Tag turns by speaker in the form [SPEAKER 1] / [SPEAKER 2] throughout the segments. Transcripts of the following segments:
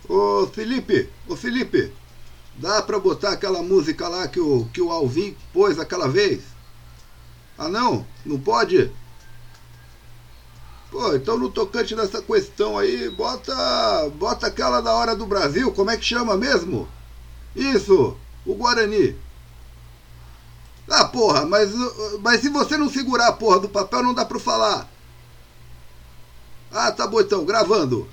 [SPEAKER 1] Ô Felipe, dá pra botar aquela música lá que o Alvin pôs aquela vez? Ah não? Não pode? Pô, então no tocante dessa questão aí, bota aquela da Hora do Brasil, como é que chama mesmo? Isso, o Guarani. Ah, porra, mas se você não segurar a porra do papel não dá pra falar. Ah, tá bom então, gravando.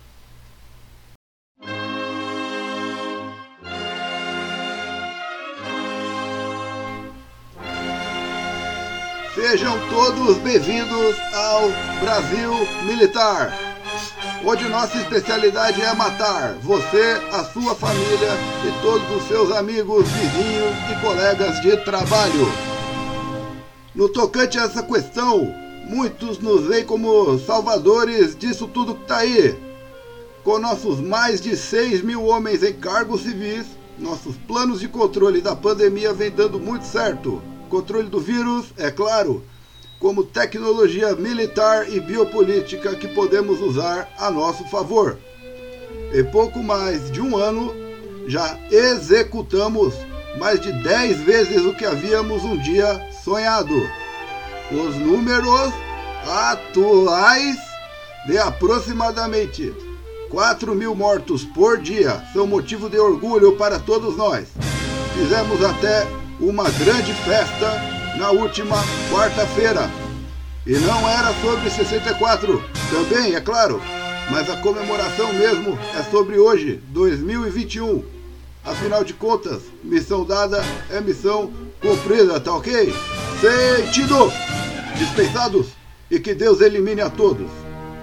[SPEAKER 1] Sejam todos bem-vindos ao Brasil Militar, onde nossa especialidade é matar você, a sua família e todos os seus amigos, vizinhos e colegas de trabalho. No tocante a essa questão, muitos nos veem como salvadores disso tudo que tá aí. Com nossos mais de 6 mil homens em cargos civis, nossos planos de controle da pandemia vem dando muito certo. Controle do vírus, é claro, como tecnologia militar e biopolítica que podemos usar a nosso favor. Em pouco mais de um ano, já executamos mais de 10 vezes o que havíamos um dia sonhado. Os números atuais de aproximadamente 4 mil mortos por dia são motivo de orgulho para todos nós. Fizemos até uma grande festa na última quarta-feira. E não era sobre 64, também, é claro, mas a comemoração mesmo é sobre hoje, 2021. Afinal de contas, missão dada é missão cumprida, tá ok? Sentido! Dispensados e que Deus elimine a todos.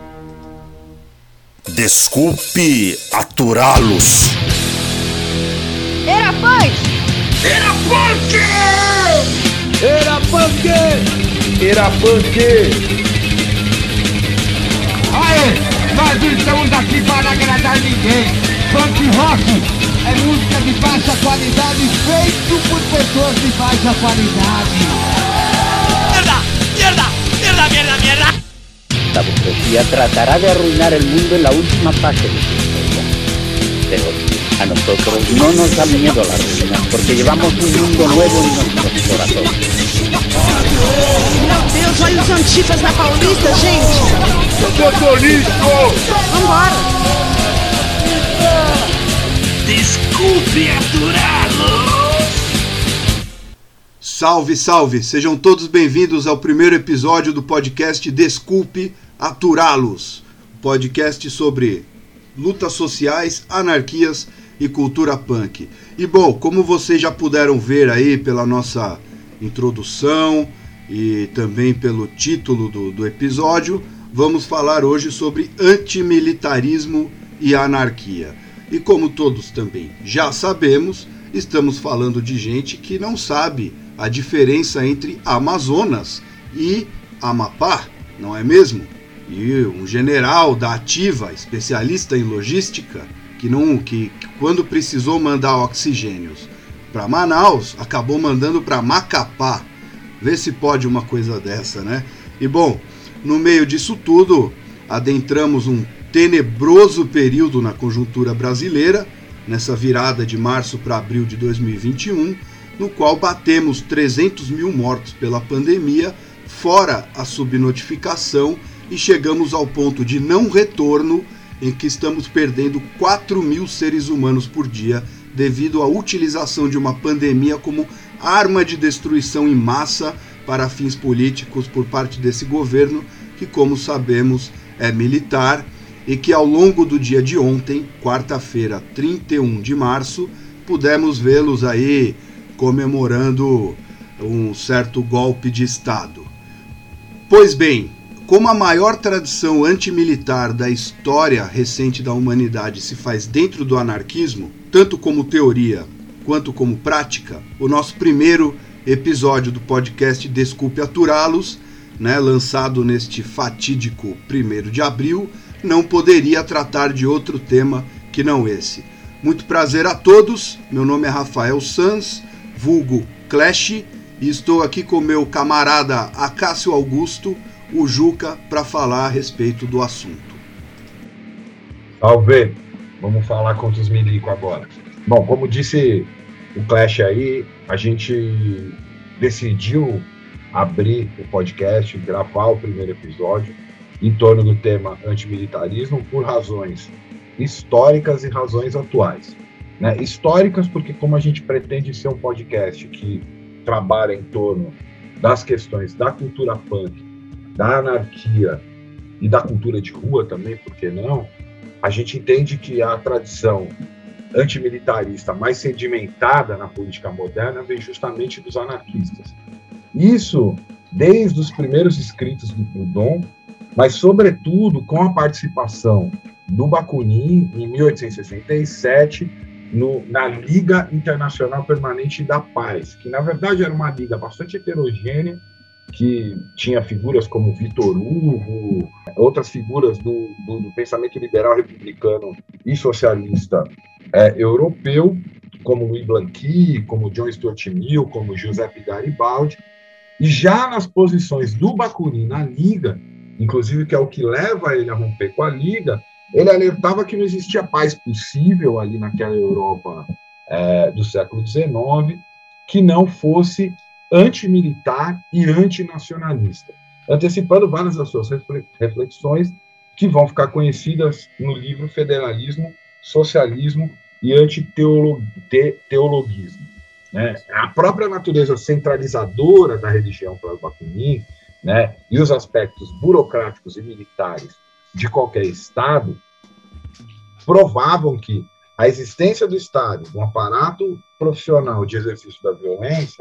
[SPEAKER 2] Desculpe aturá-los.
[SPEAKER 3] Era punk!
[SPEAKER 2] Era punk!
[SPEAKER 4] Era punk!
[SPEAKER 2] Era punk!
[SPEAKER 4] Aê, nós não estamos aqui para agradar ninguém. Punk rock é música de baixa qualidade feito por pessoas de baixa qualidade.
[SPEAKER 5] ¡Mierda! La burguesía tratará de arruinar el mundo en la última fase de su historia. Pero a nosotros no nos da miedo la ruina, porque llevamos un mundo nuevo en nuestros corazones.
[SPEAKER 3] Meu Deus, olha os antifas na Paulista, gente! Vambora!
[SPEAKER 2] Desculpe aturá-los.
[SPEAKER 1] Salve, salve! Sejam todos bem-vindos ao primeiro episódio do podcast Desculpe Aturá-los, podcast sobre lutas sociais, anarquias e cultura punk. E bom, como vocês já puderam ver aí pela nossa introdução e também pelo título do episódio, vamos falar hoje sobre antimilitarismo e anarquia. E como todos também já sabemos, estamos falando de gente que não sabe a diferença entre Amazonas e Amapá, não é mesmo? E um general da ativa, especialista em logística, que quando precisou mandar oxigênios para Manaus, acabou mandando para Macapá. Vê se pode uma coisa dessa, né? E bom, no meio disso tudo, adentramos um tenebroso período na conjuntura brasileira, nessa virada de março para abril de 2021, no qual batemos 300 mil mortos pela pandemia, fora a subnotificação, e chegamos ao ponto de não retorno, em que estamos perdendo 4 mil seres humanos por dia devido à utilização de uma pandemia como arma de destruição em massa para fins políticos por parte desse governo, que, como sabemos, é militar, e que ao longo do dia de ontem, quarta-feira, 31 de março, pudemos vê-los aí comemorando um certo golpe de Estado. Pois bem, como a maior tradição antimilitar da história recente da humanidade se faz dentro do anarquismo, tanto como teoria quanto como prática, o nosso primeiro episódio do podcast Desculpe Aturá-los, lançado neste fatídico 1º de abril, não poderia tratar de outro tema que não esse. Muito prazer a todos, meu nome é Rafael Sanz, vulgo Clash, e estou aqui com meu camarada Acácio Augusto, o Juca, para falar a respeito do assunto.
[SPEAKER 6] Salve! Vamos falar contra os milico agora. Bom, como disse o Clash aí, a gente decidiu abrir o podcast, gravar o primeiro episódio em torno do tema antimilitarismo por razões históricas e razões atuais. Né? Históricas porque, como a gente pretende ser um podcast que trabalha em torno das questões da cultura punk, da anarquia e da cultura de rua também, por que não? A gente entende que a tradição antimilitarista mais sedimentada na política moderna vem justamente dos anarquistas. Isso desde os primeiros escritos do Proudhon, mas, sobretudo, com a participação do Bakunin, em 1867, na Liga Internacional Permanente da Paz, que, na verdade, era uma liga bastante heterogênea, que tinha figuras como Vitor Hugo, outras figuras do pensamento liberal republicano e socialista europeu, como Louis Blanqui, como John Stuart Mill, como Giuseppe Garibaldi, e já nas posições do Bakunin na Liga, inclusive que é o que leva ele a romper com a Liga, ele alertava que não existia paz possível ali naquela Europa do século XIX, que não fosse antimilitar e antinacionalista, antecipando várias das suas reflexões que vão ficar conhecidas no livro Federalismo, Socialismo e Antiteologismo. Né? A própria natureza centralizadora da religião para o Bakunin, né, e os aspectos burocráticos e militares de qualquer Estado provavam que a existência do Estado, um aparato profissional de exercício da violência,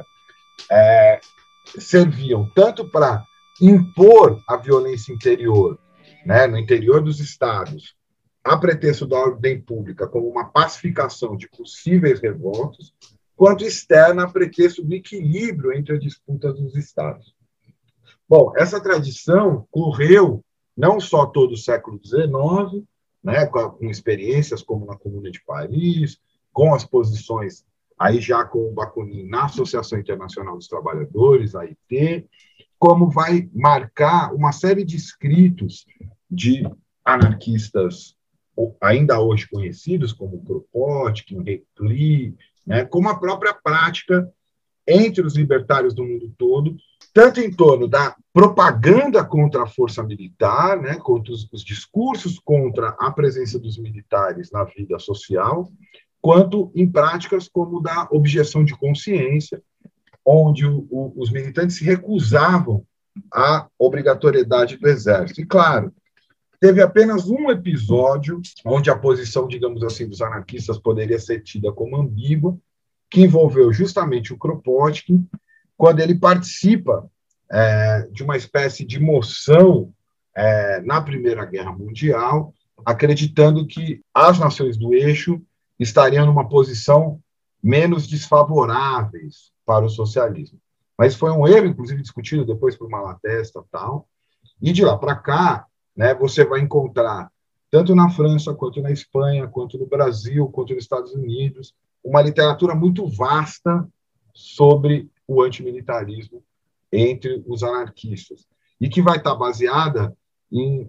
[SPEAKER 6] serviam tanto para impor a violência interior, né, no interior dos estados, a pretexto da ordem pública, como uma pacificação de possíveis revoltas, quanto externa a pretexto do equilíbrio entre as disputas dos estados. Bom, essa tradição correu não só todo o século XIX, né, com experiências como na Comuna de Paris, com as posições aí já com o Bakunin na Associação Internacional dos Trabalhadores, a AIT, como vai marcar uma série de escritos de anarquistas ainda hoje conhecidos, como Kropotkin, Reclus, né, como a própria prática entre os libertários do mundo todo, tanto em torno da propaganda contra a força militar, né, contra os discursos contra a presença dos militares na vida social, quanto em práticas como da objeção de consciência, onde os militantes se recusavam à obrigatoriedade do exército. E, claro, teve apenas um episódio onde a posição, digamos assim, dos anarquistas poderia ser tida como ambígua, que envolveu justamente o Kropotkin, quando ele participa de uma espécie de moção na Primeira Guerra Mundial, acreditando que as nações do eixo estariam numa posição menos desfavoráveis para o socialismo. Mas foi um erro, inclusive, discutido depois por Malatesta e tal, e de lá para cá, né, você vai encontrar, tanto na França, quanto na Espanha, quanto no Brasil, quanto nos Estados Unidos, uma literatura muito vasta sobre o antimilitarismo entre os anarquistas, e que vai estar baseada em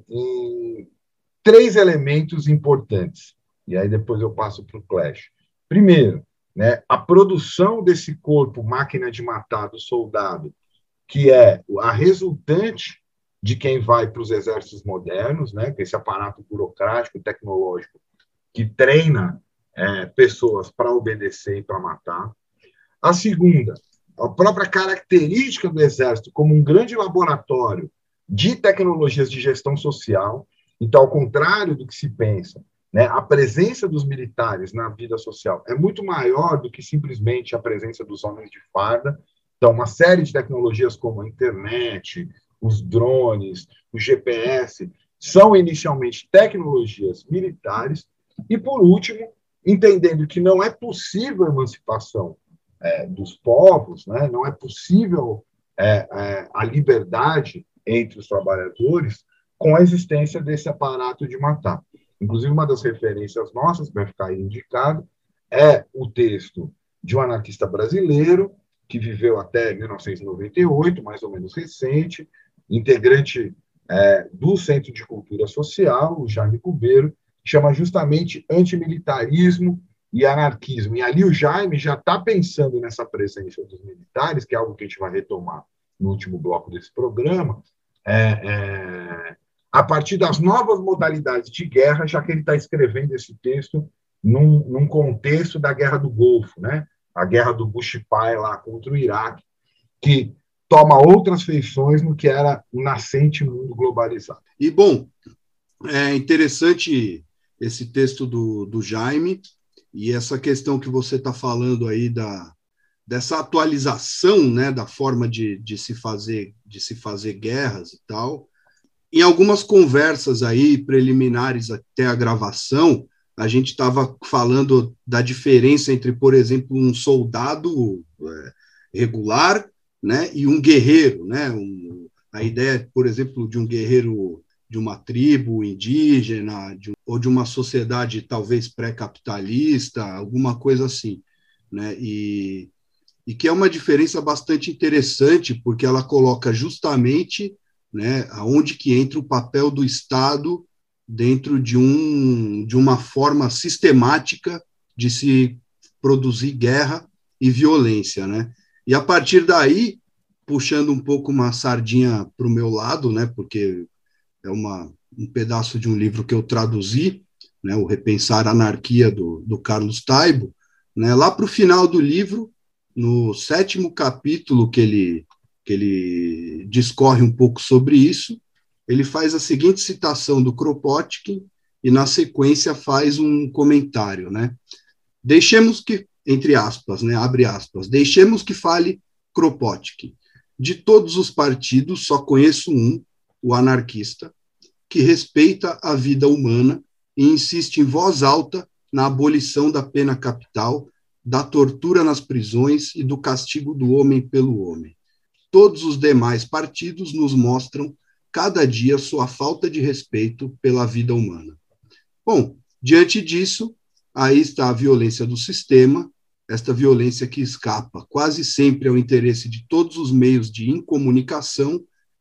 [SPEAKER 6] 3 elementos importantes. E aí depois eu passo para o Clash. Primeiro, né, a produção desse corpo máquina de matar do soldado, que é a resultante de quem vai para os exércitos modernos, né, esse aparato burocrático, tecnológico, que treina pessoas para obedecer e para matar. A segunda, a própria característica do exército como um grande laboratório de tecnologias de gestão social. Então, ao contrário do que se pensa, né, a presença dos militares na vida social é muito maior do que simplesmente a presença dos homens de farda. Então, uma série de tecnologias como a internet, os drones, o GPS, são inicialmente tecnologias militares. E, por último, entendendo que não é possível a emancipação dos povos, né, não é possível a liberdade entre os trabalhadores com a existência desse aparato de matar. Inclusive, uma das referências nossas, que vai ficar aí indicado, é o texto de um anarquista brasileiro, que viveu até 1998, mais ou menos recente, integrante do Centro de Cultura Social, o Jaime Cubeiro, chama justamente Antimilitarismo e Anarquismo. E ali o Jaime já está pensando nessa presença dos militares, que é algo que a gente vai retomar no último bloco desse programa, a partir das novas modalidades de guerra, já que ele está escrevendo esse texto num contexto da Guerra do Golfo, né? A guerra do Bush-Pai lá contra o Iraque, que toma outras feições no que era o nascente mundo globalizado.
[SPEAKER 1] E, bom, é interessante esse texto do Jaime e essa questão que você está falando aí dessa atualização, né, da forma de se fazer guerras e tal. Em algumas conversas aí preliminares até a gravação, a gente estava falando da diferença entre, por exemplo, um soldado regular, né, e um guerreiro, né? A ideia, por exemplo, de um guerreiro de uma tribo indígena ou de uma sociedade talvez pré-capitalista, alguma coisa assim, né? E que é uma diferença bastante interessante, porque ela coloca justamente, né, aonde que entra o papel do Estado dentro de uma forma sistemática de se produzir guerra e violência, né? E a partir daí, puxando um pouco uma sardinha para o meu lado, né, porque é um pedaço de um livro que eu traduzi, né, o Repensar a Anarquia, do Carlos Taibo, né, lá para o final do livro, no 7º capítulo que ele discorre um pouco sobre isso, ele faz a seguinte citação do Kropotkin e, na sequência, faz um comentário, né? Deixemos que, entre aspas, né, abre aspas, deixemos que fale Kropotkin. De todos os partidos, só conheço um, o anarquista, que respeita a vida humana e insiste em voz alta na abolição da pena capital, da tortura nas prisões e do castigo do homem pelo homem. Todos os demais partidos nos mostram cada dia sua falta de respeito pela vida humana. Bom, diante disso, aí está a violência do sistema, esta violência que escapa quase sempre ao interesse de todos os meios de incomunicação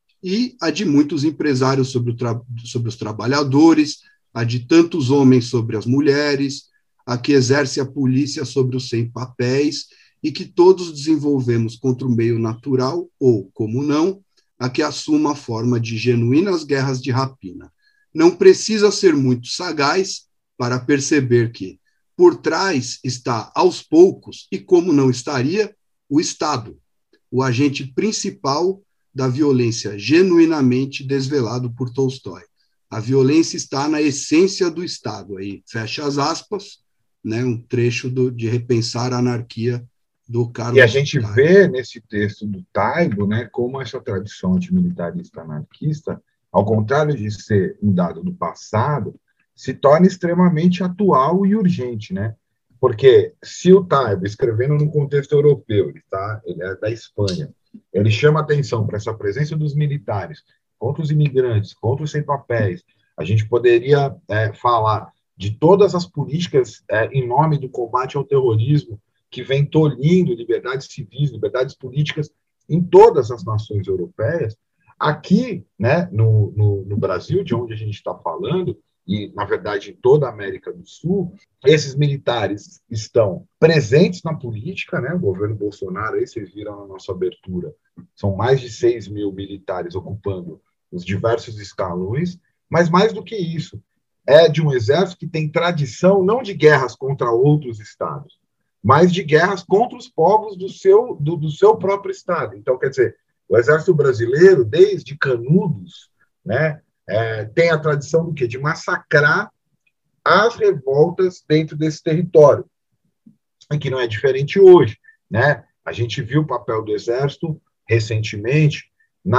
[SPEAKER 1] e a de muitos empresários sobre os trabalhadores, a de tantos homens sobre as mulheres, a que exerce a polícia sobre os sem-papéis e que todos desenvolvemos contra o meio natural ou, como não, a que assuma a forma de genuínas guerras de rapina. Não precisa ser muito sagaz para perceber que, por trás está, aos poucos, e como não estaria, o Estado, o agente principal da violência genuinamente desvelado por Tolstói. A violência está na essência do Estado. Aí, fecha as aspas, né, um trecho de Repensar a Anarquia do Carlos.
[SPEAKER 6] E a gente vê nesse texto do Taibo, né, como essa tradição antimilitarista anarquista, ao contrário de ser um dado do passado, se torna extremamente atual e urgente, né? Porque se o Taibo, escrevendo num contexto europeu, ele é da Espanha, ele chama atenção para essa presença dos militares contra os imigrantes, contra os sem-papéis, a gente poderia falar de todas as políticas em nome do combate ao terrorismo que vem tolhindo liberdades civis, liberdades políticas em todas as nações europeias. Aqui, né, no Brasil, de onde a gente está falando, e, na verdade, em toda a América do Sul, esses militares estão presentes na política, né? O governo Bolsonaro, aí vocês viram na nossa abertura, são mais de 6 mil militares ocupando os diversos escalões, mas mais do que isso, é de um exército que tem tradição não de guerras contra outros estados, mas de guerras contra os povos do seu próprio estado. Então, quer dizer, o exército brasileiro, desde Canudos, né, tem a tradição do quê? De massacrar as revoltas dentro desse território, e que não é diferente hoje, né? A gente viu o papel do Exército recentemente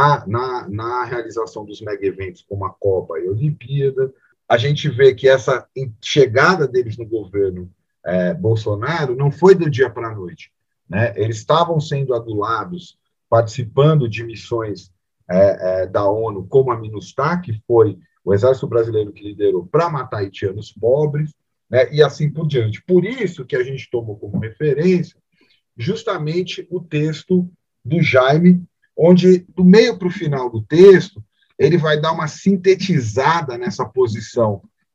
[SPEAKER 6] na realização dos mega-eventos como a Copa e a Olimpíada. A gente vê que essa chegada deles no governo Bolsonaro não foi do dia para a noite, né? Eles estavam sendo adulados, participando de missões da ONU, como a MINUSTAH, que foi o exército brasileiro que liderou para matar haitianos pobres, né, e assim por diante. Por isso que a gente tomou como referência justamente o texto do Jaime, onde, do meio para o final do texto, ele vai dar uma sintetizada nessa posição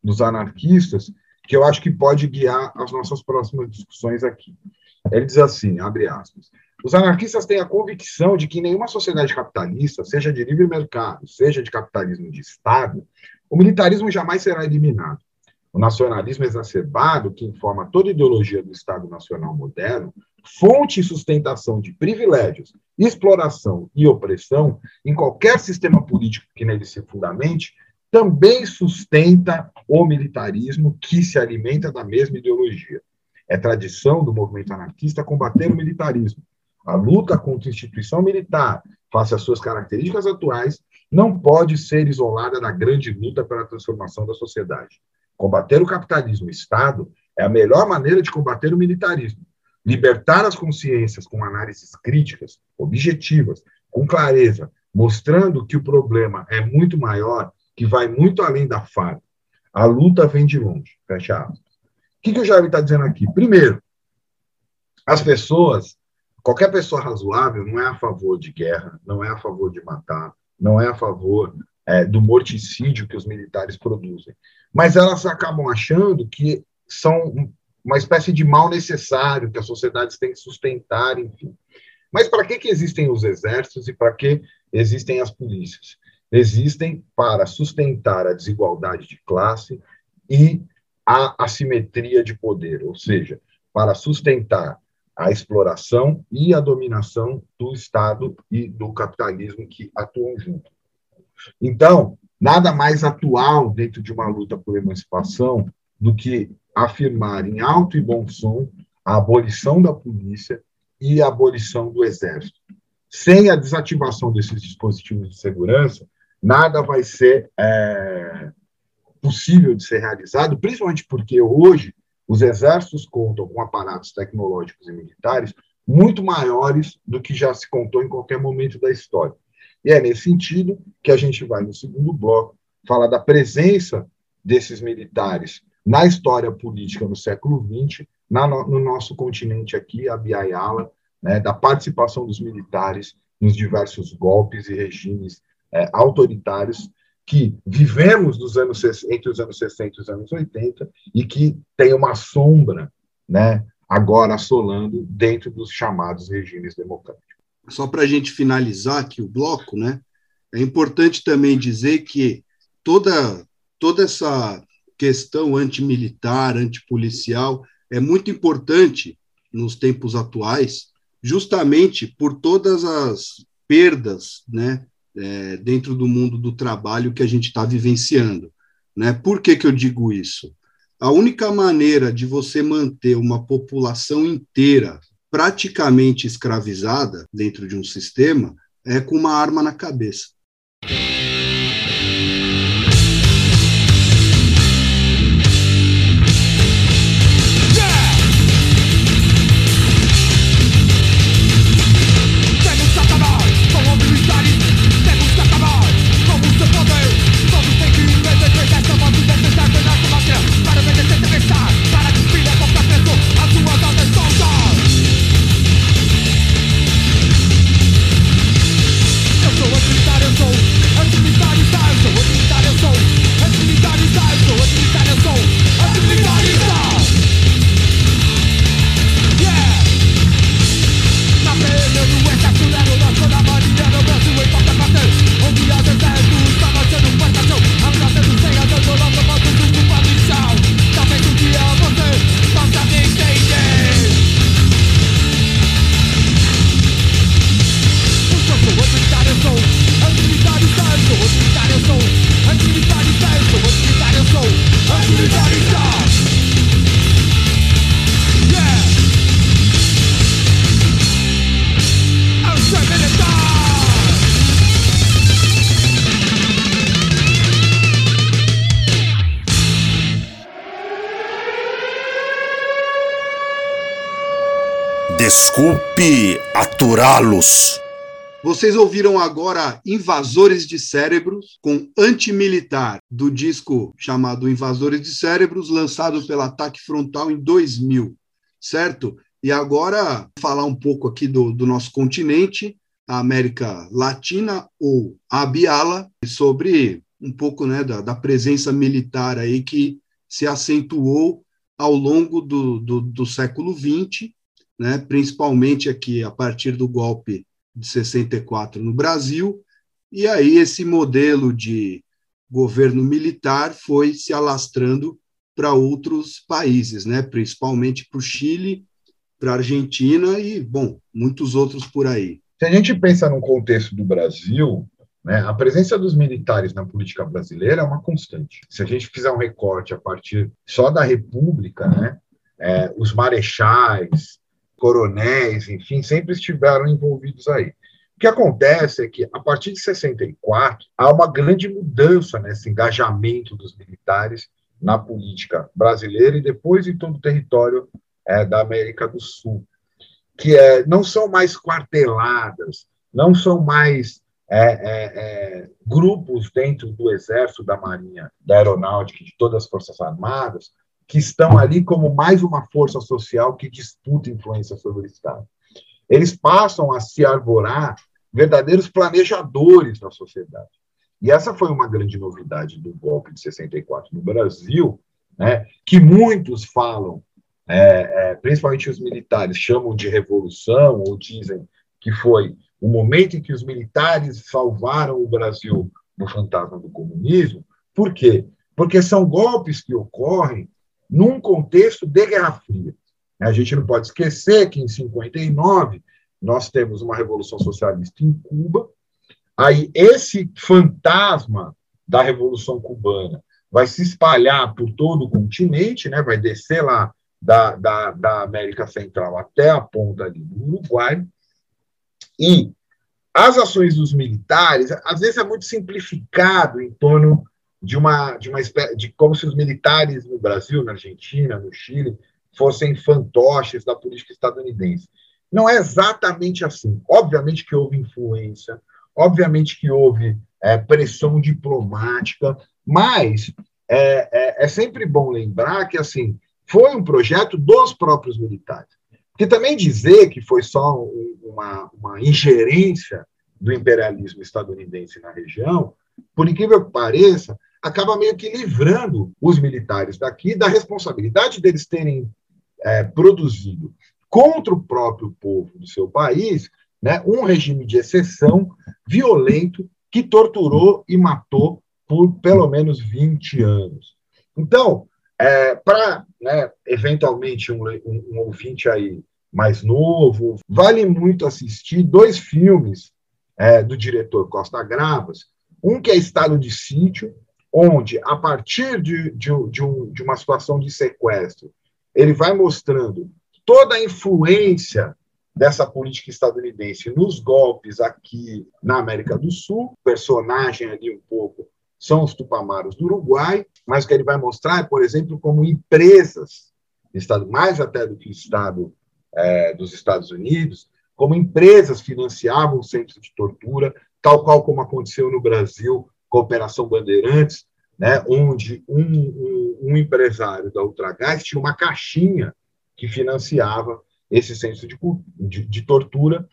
[SPEAKER 6] dos anarquistas, que eu acho que pode guiar as nossas próximas discussões aqui. Ele diz assim, abre aspas, os anarquistas têm a convicção de que em nenhuma sociedade capitalista, seja de livre mercado, seja de capitalismo de Estado, o militarismo jamais será eliminado. O nacionalismo exacerbado, que informa toda a ideologia do Estado Nacional moderno, fonte e sustentação de privilégios, exploração e opressão em qualquer sistema político que nele se fundamente, também sustenta o militarismo que se alimenta da mesma ideologia. É tradição do movimento anarquista combater o militarismo. A luta contra a instituição militar, face às suas características atuais, não pode ser isolada da grande luta pela transformação da sociedade. Combater o capitalismo e o Estado é a melhor maneira de combater o militarismo. Libertar as consciências com análises críticas, objetivas, com clareza, mostrando que o problema é muito maior, que vai muito além da farda. A luta vem de longe. Fecha aspas. O que o Jair está dizendo aqui? Primeiro, as pessoas, qualquer pessoa razoável não é a favor de guerra, não é a favor de matar, não é a favor do morticídio que os militares produzem. Mas elas acabam achando que são uma espécie de mal necessário, que as sociedades têm que sustentar, enfim. Mas para que existem os exércitos e para que existem as polícias? Existem para sustentar a desigualdade de classe e a assimetria de poder, ou seja, para sustentar a exploração e a dominação do Estado e do capitalismo que atuam junto. Então, nada mais atual dentro de uma luta por emancipação do que afirmar em alto e bom som a abolição da polícia e a abolição do exército. Sem a desativação desses dispositivos de segurança, nada vai ser possível de ser realizado, principalmente porque hoje os exércitos contam com aparatos tecnológicos e militares muito maiores do que já se contou em qualquer momento da história. E é nesse sentido que a gente vai, no segundo bloco, falar da presença desses militares na história política no século XX, no nosso continente aqui, a Biayala, né, da participação dos militares nos diversos golpes e regimes autoritários que vivemos entre os anos 60 e os anos 80 e que tem uma sombra, né, agora assolando dentro dos chamados regimes democráticos.
[SPEAKER 1] Só para a gente finalizar aqui o bloco, né, é importante também dizer que toda essa questão antimilitar, antipolicial, é muito importante nos tempos atuais, justamente por todas as perdas, né, dentro do mundo do trabalho que a gente está vivenciando, né? Por que eu digo isso? A única maneira de você manter uma população inteira praticamente escravizada dentro de um sistema é com uma arma na cabeça.
[SPEAKER 2] Desculpe aturá-los.
[SPEAKER 1] Vocês ouviram agora Invasores de Cérebros com Antimilitar, do disco chamado Invasores de Cérebros, lançado pela Ataque Frontal em 2000, certo? E agora, falar um pouco aqui do nosso continente, a América Latina, ou a Biala, sobre um pouco, né, da presença militar aí que se acentuou ao longo do século XX, né, principalmente aqui a partir do golpe de 64 no Brasil, e aí esse modelo de governo militar foi se alastrando para outros países, né, principalmente para o Chile, para a Argentina e, bom, muitos outros por aí.
[SPEAKER 6] Se a gente pensa no contexto do Brasil, né, a presença dos militares na política brasileira é uma constante. Se a gente fizer um recorte a partir só da República, né, os marechais, coronéis, enfim, sempre estiveram envolvidos aí. O que acontece é que, a partir de 64, há uma grande mudança nesse engajamento dos militares na política brasileira e depois em todo o território da América do Sul, que não são mais quarteladas, não são mais grupos dentro do Exército, da Marinha, da Aeronáutica, de todas as Forças Armadas, que estão ali como mais uma força social que disputa influência sobre o Estado. Eles passam a se arvorar verdadeiros planejadores da sociedade. E essa foi uma grande novidade do golpe de 64 no Brasil, né, que muitos falam, principalmente os militares, chamam de revolução, ou dizem que foi o momento em que os militares salvaram o Brasil do fantasma do comunismo. Por quê? Porque são golpes que ocorrem num contexto de Guerra Fria. A gente não pode esquecer que, em 59, nós temos uma revolução socialista em Cuba. Aí, esse fantasma da Revolução Cubana vai se espalhar por todo o continente, né? Vai descer lá da América Central até a ponta ali do Uruguai. E as ações dos militares, às vezes é muito simplificado em torno de uma espécie de como se os militares no Brasil, na Argentina, no Chile, fossem fantoches da política estadunidense. Não é exatamente assim. Obviamente que houve influência, obviamente que houve pressão diplomática, mas é sempre bom lembrar que assim foi um projeto dos próprios militares. Porque também dizer que foi só uma ingerência do imperialismo estadunidense na região, por incrível que pareça, acaba meio que livrando os militares daqui da responsabilidade deles terem produzido contra o próprio povo do seu país, né, um regime de exceção violento que torturou e matou por pelo menos 20 anos. Então, para eventualmente um ouvinte aí mais novo, vale muito assistir 2 filmes do diretor Costa Gravas, um que é Estado de Sítio, onde, a partir de uma situação de sequestro, ele vai mostrando toda a influência dessa política estadunidense nos golpes aqui na América do Sul. O personagem ali um pouco são os Tupamaros do Uruguai, mas o que ele vai mostrar é, por exemplo, como empresas, mais até do que o Estado dos Estados Unidos, como empresas financiavam o centro de tortura, tal qual como aconteceu no Brasil com a Operação Bandeirantes, né, onde um empresário da Ultragás tinha uma caixinha que financiava esse centro de tortura,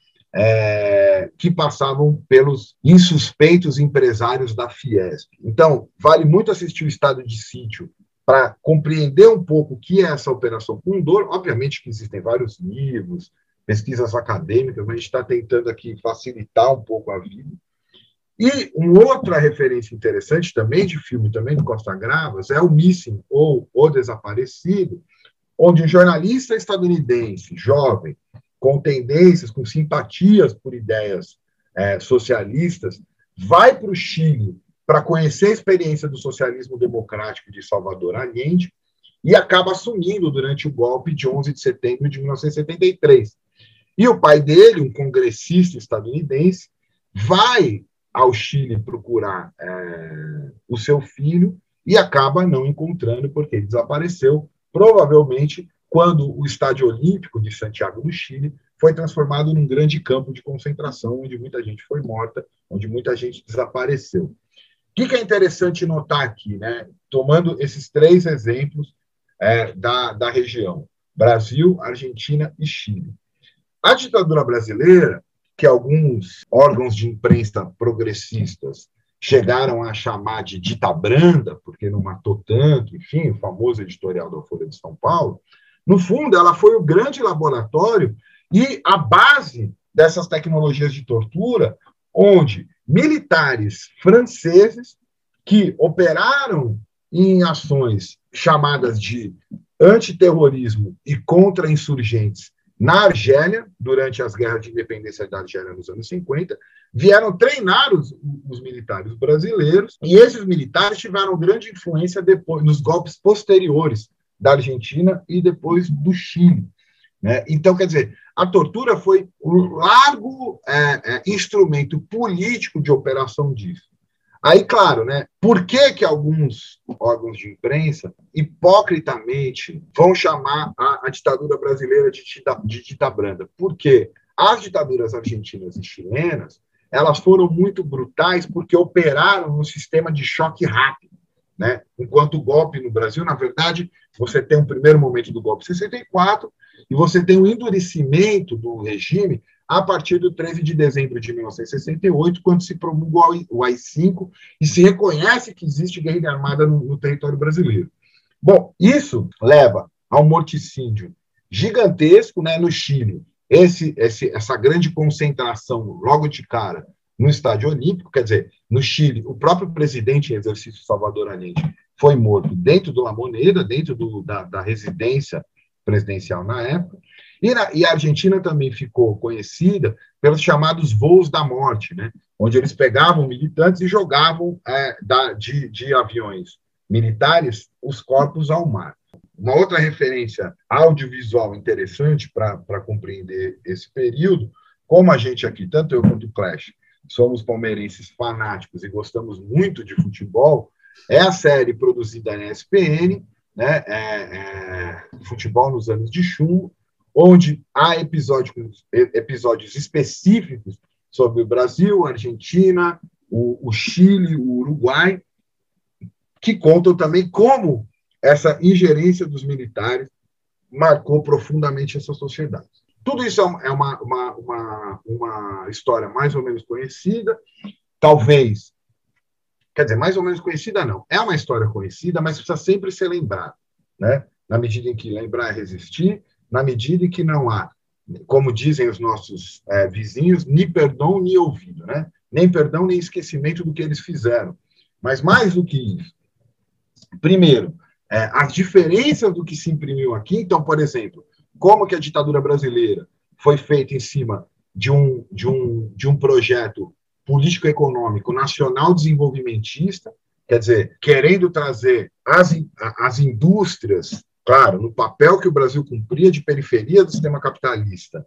[SPEAKER 6] que passavam pelos insuspeitos empresários da Fiesp. Então, vale muito assistir o Estado de Sítio para compreender um pouco o que é essa Operação Condor. Obviamente que existem vários livros, pesquisas acadêmicas, mas a gente está tentando aqui facilitar um pouco a vida. E uma outra referência interessante também, de filme também do Costa Gravas, é o Missing, ou O Desaparecido, onde um jornalista estadunidense, jovem, com tendências, com simpatias por ideias socialistas, vai para o Chile para conhecer a experiência do socialismo democrático de Salvador Allende e acaba assumindo durante o golpe de 11 de setembro de 1973. E o pai dele, um congressista estadunidense, vai ao Chile procurar o seu filho e acaba não encontrando porque ele desapareceu, provavelmente quando o Estádio Olímpico de Santiago do Chile foi transformado num grande campo de concentração, onde muita gente foi morta, onde muita gente desapareceu. O que é interessante notar aqui, né? Tomando esses 3 exemplos da região, Brasil, Argentina e Chile. A ditadura brasileira, que alguns órgãos de imprensa progressistas chegaram a chamar de dita branda, porque não matou tanto, enfim, o famoso editorial da Folha de São Paulo, no fundo, ela foi o grande laboratório e a base dessas tecnologias de tortura, onde militares franceses que operaram em ações chamadas de antiterrorismo e contra-insurgentes na Argélia, durante as guerras de independência da Argélia nos anos 50, vieram treinar os militares brasileiros, e esses militares tiveram grande influência depois nos golpes posteriores da Argentina e depois do Chile. Né? Então, quer dizer, a tortura foi um largo instrumento político de operação disso. Aí, claro, né, por que alguns órgãos de imprensa, hipocritamente, vão chamar a ditadura brasileira de dita branda? Porque as ditaduras argentinas e chilenas, elas foram muito brutais porque operaram no sistema de choque rápido. Né? Enquanto o golpe no Brasil, na verdade, você tem um primeiro momento do golpe em 64 e você tem um endurecimento do regime a partir do 13 de dezembro de 1968, quando se promulga o AI-5 e se reconhece que existe guerrilha armada no território brasileiro. Bom, isso leva a um morticínio gigantesco, né, no Chile. Essa grande concentração, logo de cara, no Estádio Olímpico, quer dizer, no Chile, o próprio presidente em exercício, Salvador Allende, foi morto dentro do La Moneda, dentro da residência presidencial na época, e a Argentina também ficou conhecida pelos chamados voos da morte, né, onde eles pegavam militantes e jogavam de aviões militares os corpos ao mar. Uma outra referência audiovisual interessante para compreender esse período, como a gente aqui, tanto eu quanto o Clash, somos palmeirenses fanáticos e gostamos muito de futebol, é a série produzida na ESPN, né, Futebol nos Anos de Chumbo, onde há episódios específicos sobre o Brasil, a Argentina, o Chile, o Uruguai, que contam também como essa ingerência dos militares marcou profundamente essa sociedade. Tudo isso é uma história mais ou menos conhecida, talvez, quer dizer, mais ou menos conhecida não, é uma história conhecida, mas precisa sempre ser lembrada, né? Na medida em que lembrar é resistir, na medida em que não há, como dizem os nossos vizinhos, nem perdão nem ouvido, né? Nem perdão nem esquecimento do que eles fizeram. Mas mais do que isso, primeiro, as diferenças do que se imprimiu aqui, então, por exemplo, como que a ditadura brasileira foi feita em cima de um projeto político-econômico nacional desenvolvimentista, quer dizer, querendo trazer as indústrias, claro, no papel que o Brasil cumpria de periferia do sistema capitalista,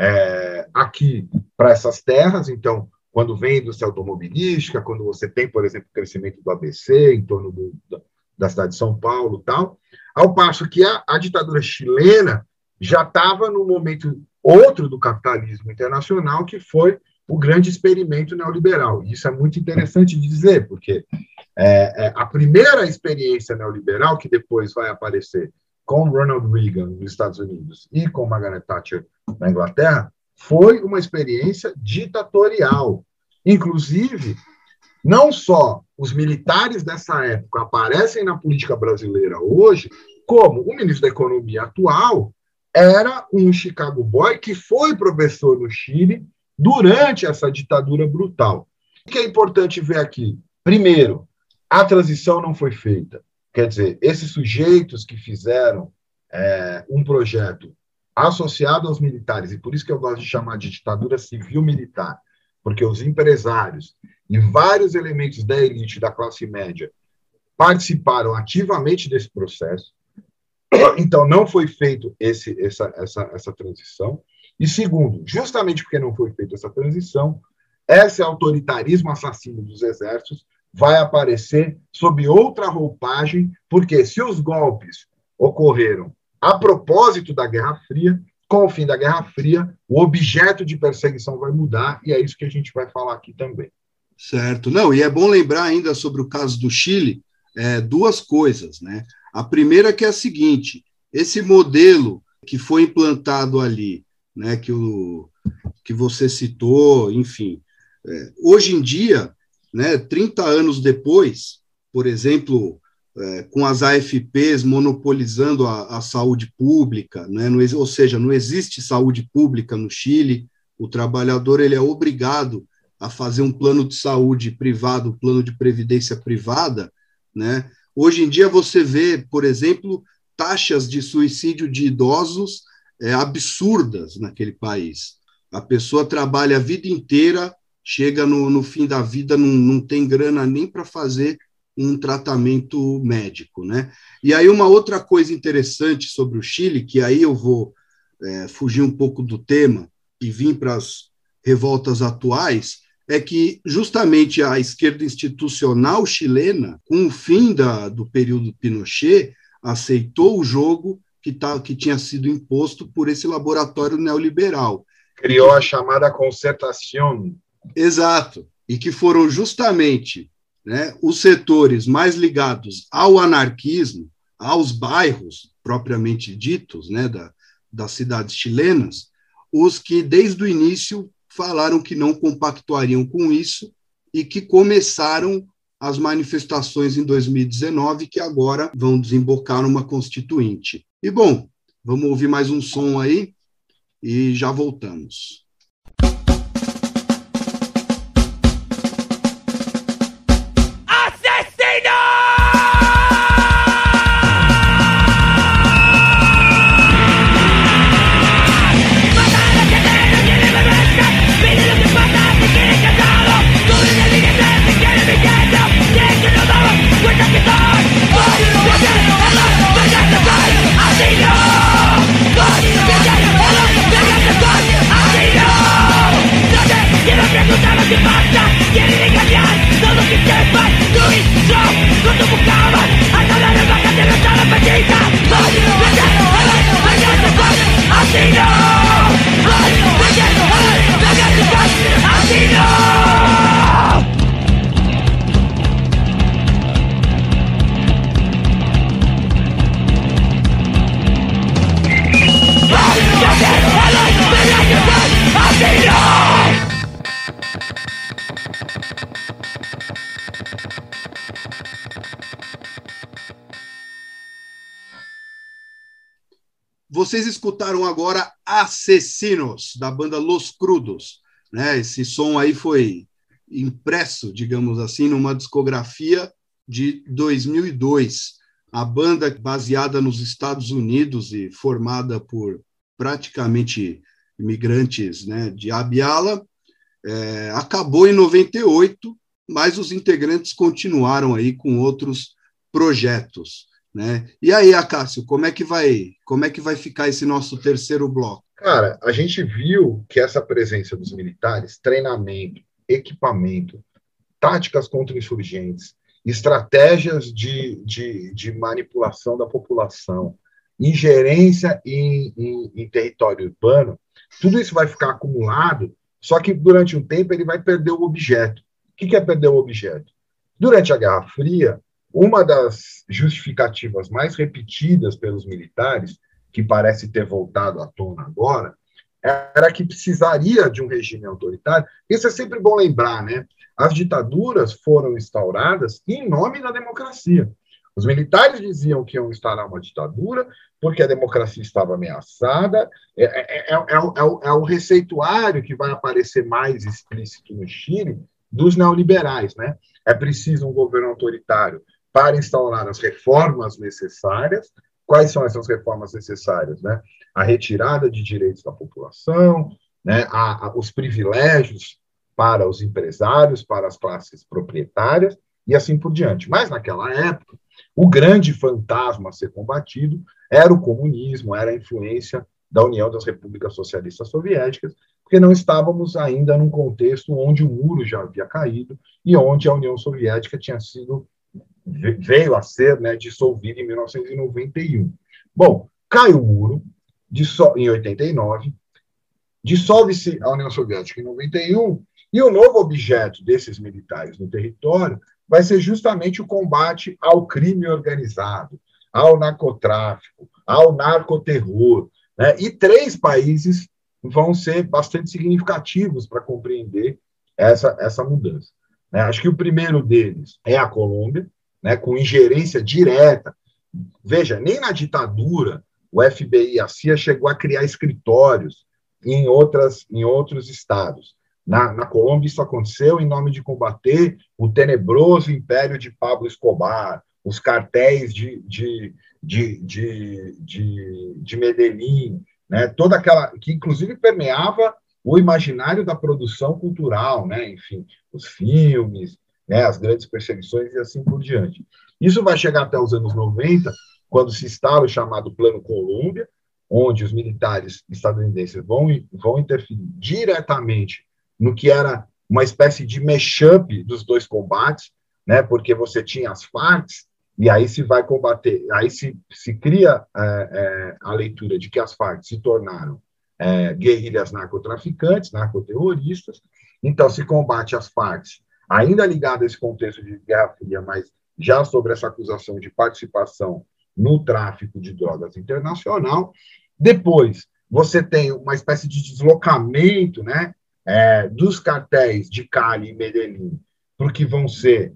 [SPEAKER 6] aqui para essas terras. Então, quando vem a indústria automobilística, quando você tem, por exemplo, o crescimento do ABC em torno da cidade de São Paulo e tal, ao passo que a ditadura chilena já estava no momento outro do capitalismo internacional, que foi o grande experimento neoliberal. E isso é muito interessante de dizer, porque a primeira experiência neoliberal, que depois vai aparecer com Ronald Reagan nos Estados Unidos e com Margaret Thatcher na Inglaterra, foi uma experiência ditatorial. Inclusive, não só os militares dessa época aparecem na política brasileira hoje, como o ministro da Economia atual era um Chicago Boy que foi professor no Chile durante essa ditadura brutal. O que é importante ver aqui? Primeiro, a transição não foi feita. Quer dizer, esses sujeitos que fizeram um projeto associado aos militares, e por isso que eu gosto de chamar de ditadura civil-militar, porque os empresários e vários elementos da elite da classe média participaram ativamente desse processo. Então, não foi feito essa transição. E, segundo, justamente porque não foi feita essa transição, esse autoritarismo assassino dos exércitos vai aparecer sob outra roupagem, porque se os golpes ocorreram a propósito da Guerra Fria, com o fim da Guerra Fria, o objeto de perseguição vai mudar, e é isso que a gente vai falar aqui também.
[SPEAKER 1] Certo. Não, e é bom lembrar ainda sobre o caso do Chile, duas coisas, né? A primeira que é a seguinte, esse modelo que foi implantado ali, né, que você citou, enfim, hoje em dia, né, 30 anos depois, por exemplo, com as AFPs monopolizando a saúde pública, né, ou seja, não existe saúde pública no Chile, o trabalhador ele é obrigado a fazer um plano de saúde privado, plano de previdência privada, né? Hoje em dia você vê, por exemplo, taxas de suicídio de idosos absurdas naquele país. A pessoa trabalha a vida inteira, chega no fim da vida, não tem grana nem para fazer um tratamento médico, né? E aí uma outra coisa interessante sobre o Chile, que aí eu vou fugir um pouco do tema e vir para as revoltas atuais, é que justamente a esquerda institucional chilena, com o fim do período Pinochet, aceitou o jogo que tinha sido imposto por esse laboratório neoliberal.
[SPEAKER 6] Criou a chamada concertação.
[SPEAKER 1] Exato, e que foram justamente, né, os setores mais ligados ao anarquismo, aos bairros propriamente ditos, né, das cidades chilenas, os que desde o início falaram que não compactuariam com isso e que começaram as manifestações em 2019, que agora vão desembocar numa constituinte. E, bom, vamos ouvir mais um som aí e já voltamos. Vocês escutaram agora Asesinos, da banda Los Crudos, né? Esse som aí foi impresso, digamos assim, numa discografia de 2002. A banda, baseada nos Estados Unidos e formada por praticamente imigrantes, né, de Abiyala, acabou em 98, mas os integrantes continuaram aí com outros projetos, né? E aí, Acácio, como é que vai ficar esse nosso terceiro bloco?
[SPEAKER 6] Cara, a gente viu que essa presença dos militares, treinamento, equipamento, táticas contra insurgentes, estratégias de manipulação da população, ingerência em território urbano, tudo isso vai ficar acumulado, só que durante um tempo ele vai perder o objeto. O que é perder o objeto? Durante a Guerra Fria, uma das justificativas mais repetidas pelos militares, que parece ter voltado à tona agora, era que precisaria de um regime autoritário. Isso é sempre bom lembrar, né? As ditaduras foram instauradas em nome da democracia. Os militares diziam que iam instaurar uma ditadura porque a democracia estava ameaçada. É o receituário que vai aparecer mais explícito no Chile dos neoliberais, né? É preciso um governo autoritário para instaurar as reformas necessárias. Quais são essas reformas necessárias, né? A retirada de direitos da população, né? Os privilégios para os empresários, para as classes proprietárias, e assim por diante. Mas, naquela época, o grande fantasma a ser combatido era o comunismo, era a influência da União das Repúblicas Socialistas Soviéticas, porque não estávamos ainda num contexto onde o muro já havia caído e onde a União Soviética veio a ser, né, dissolvida em 1991. Bom, cai o muro em 89, dissolve-se a União Soviética em 91, e o novo objeto desses militares no território vai ser justamente o combate ao crime organizado, ao narcotráfico, ao narcoterror, né? E 3 países vão ser bastante significativos para compreender essa mudança. né? Acho que o primeiro deles é a Colômbia, né, com ingerência direta. Veja, nem na ditadura o FBI e a CIA chegou a criar escritórios em outros estados. Na Colômbia, isso aconteceu em nome de combater o tenebroso império de Pablo Escobar, os cartéis de Medellín, né? Toda aquela que, inclusive, permeava o imaginário da produção cultural, né? Enfim, os filmes, né? As grandes perseguições e assim por diante. Isso vai chegar até os anos 90, quando se instala o chamado Plano Colômbia, onde os militares estadunidenses vão interferir diretamente no que era uma espécie de mashup dos dois combates, né? Porque você tinha as Farc, e aí se vai combater, aí se cria a leitura de que as Farc se tornaram guerrilhas narcotraficantes, narcoterroristas. Então se combate as Farc, ainda ligado a esse contexto de Guerra Fria, mas já sobre essa acusação de participação no tráfico de drogas internacional. Depois, você tem uma espécie de deslocamento, né, dos cartéis de Cali e Medellín para o que vão ser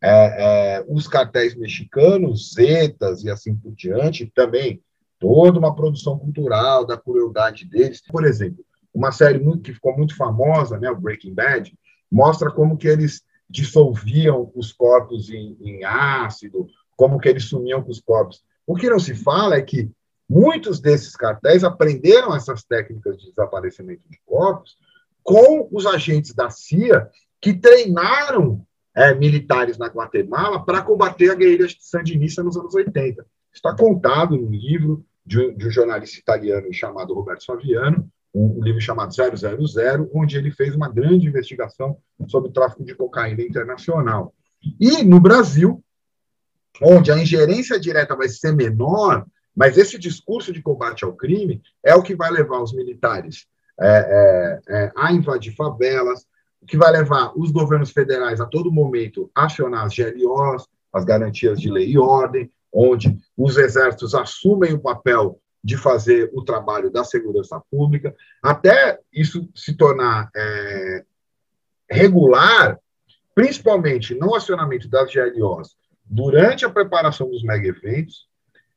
[SPEAKER 6] os cartéis mexicanos, Zetas e assim por diante, também toda uma produção cultural da crueldade deles. Por exemplo, uma série que ficou muito famosa, né, o Breaking Bad, mostra como que eles dissolviam os corpos em ácido, como que eles sumiam com os corpos. O que não se fala é que muitos desses cartéis aprenderam essas técnicas de desaparecimento de corpos com os agentes da CIA que treinaram militares na Guatemala para combater a guerrilha sandinista nos anos 80. Está contado num livro de um jornalista italiano chamado Roberto Saviano, um livro chamado 000, onde ele fez uma grande investigação sobre o tráfico de cocaína internacional. E no Brasil, onde a ingerência direta vai ser menor, mas esse discurso de combate ao crime é o que vai levar os militares a invadir favelas, o que vai levar os governos federais a todo momento a acionar as GLOs, as garantias de lei e ordem, onde os exércitos assumem o papel de fazer o trabalho da segurança pública, até isso se tornar regular, principalmente no acionamento das GLOs, durante a preparação dos mega-eventos.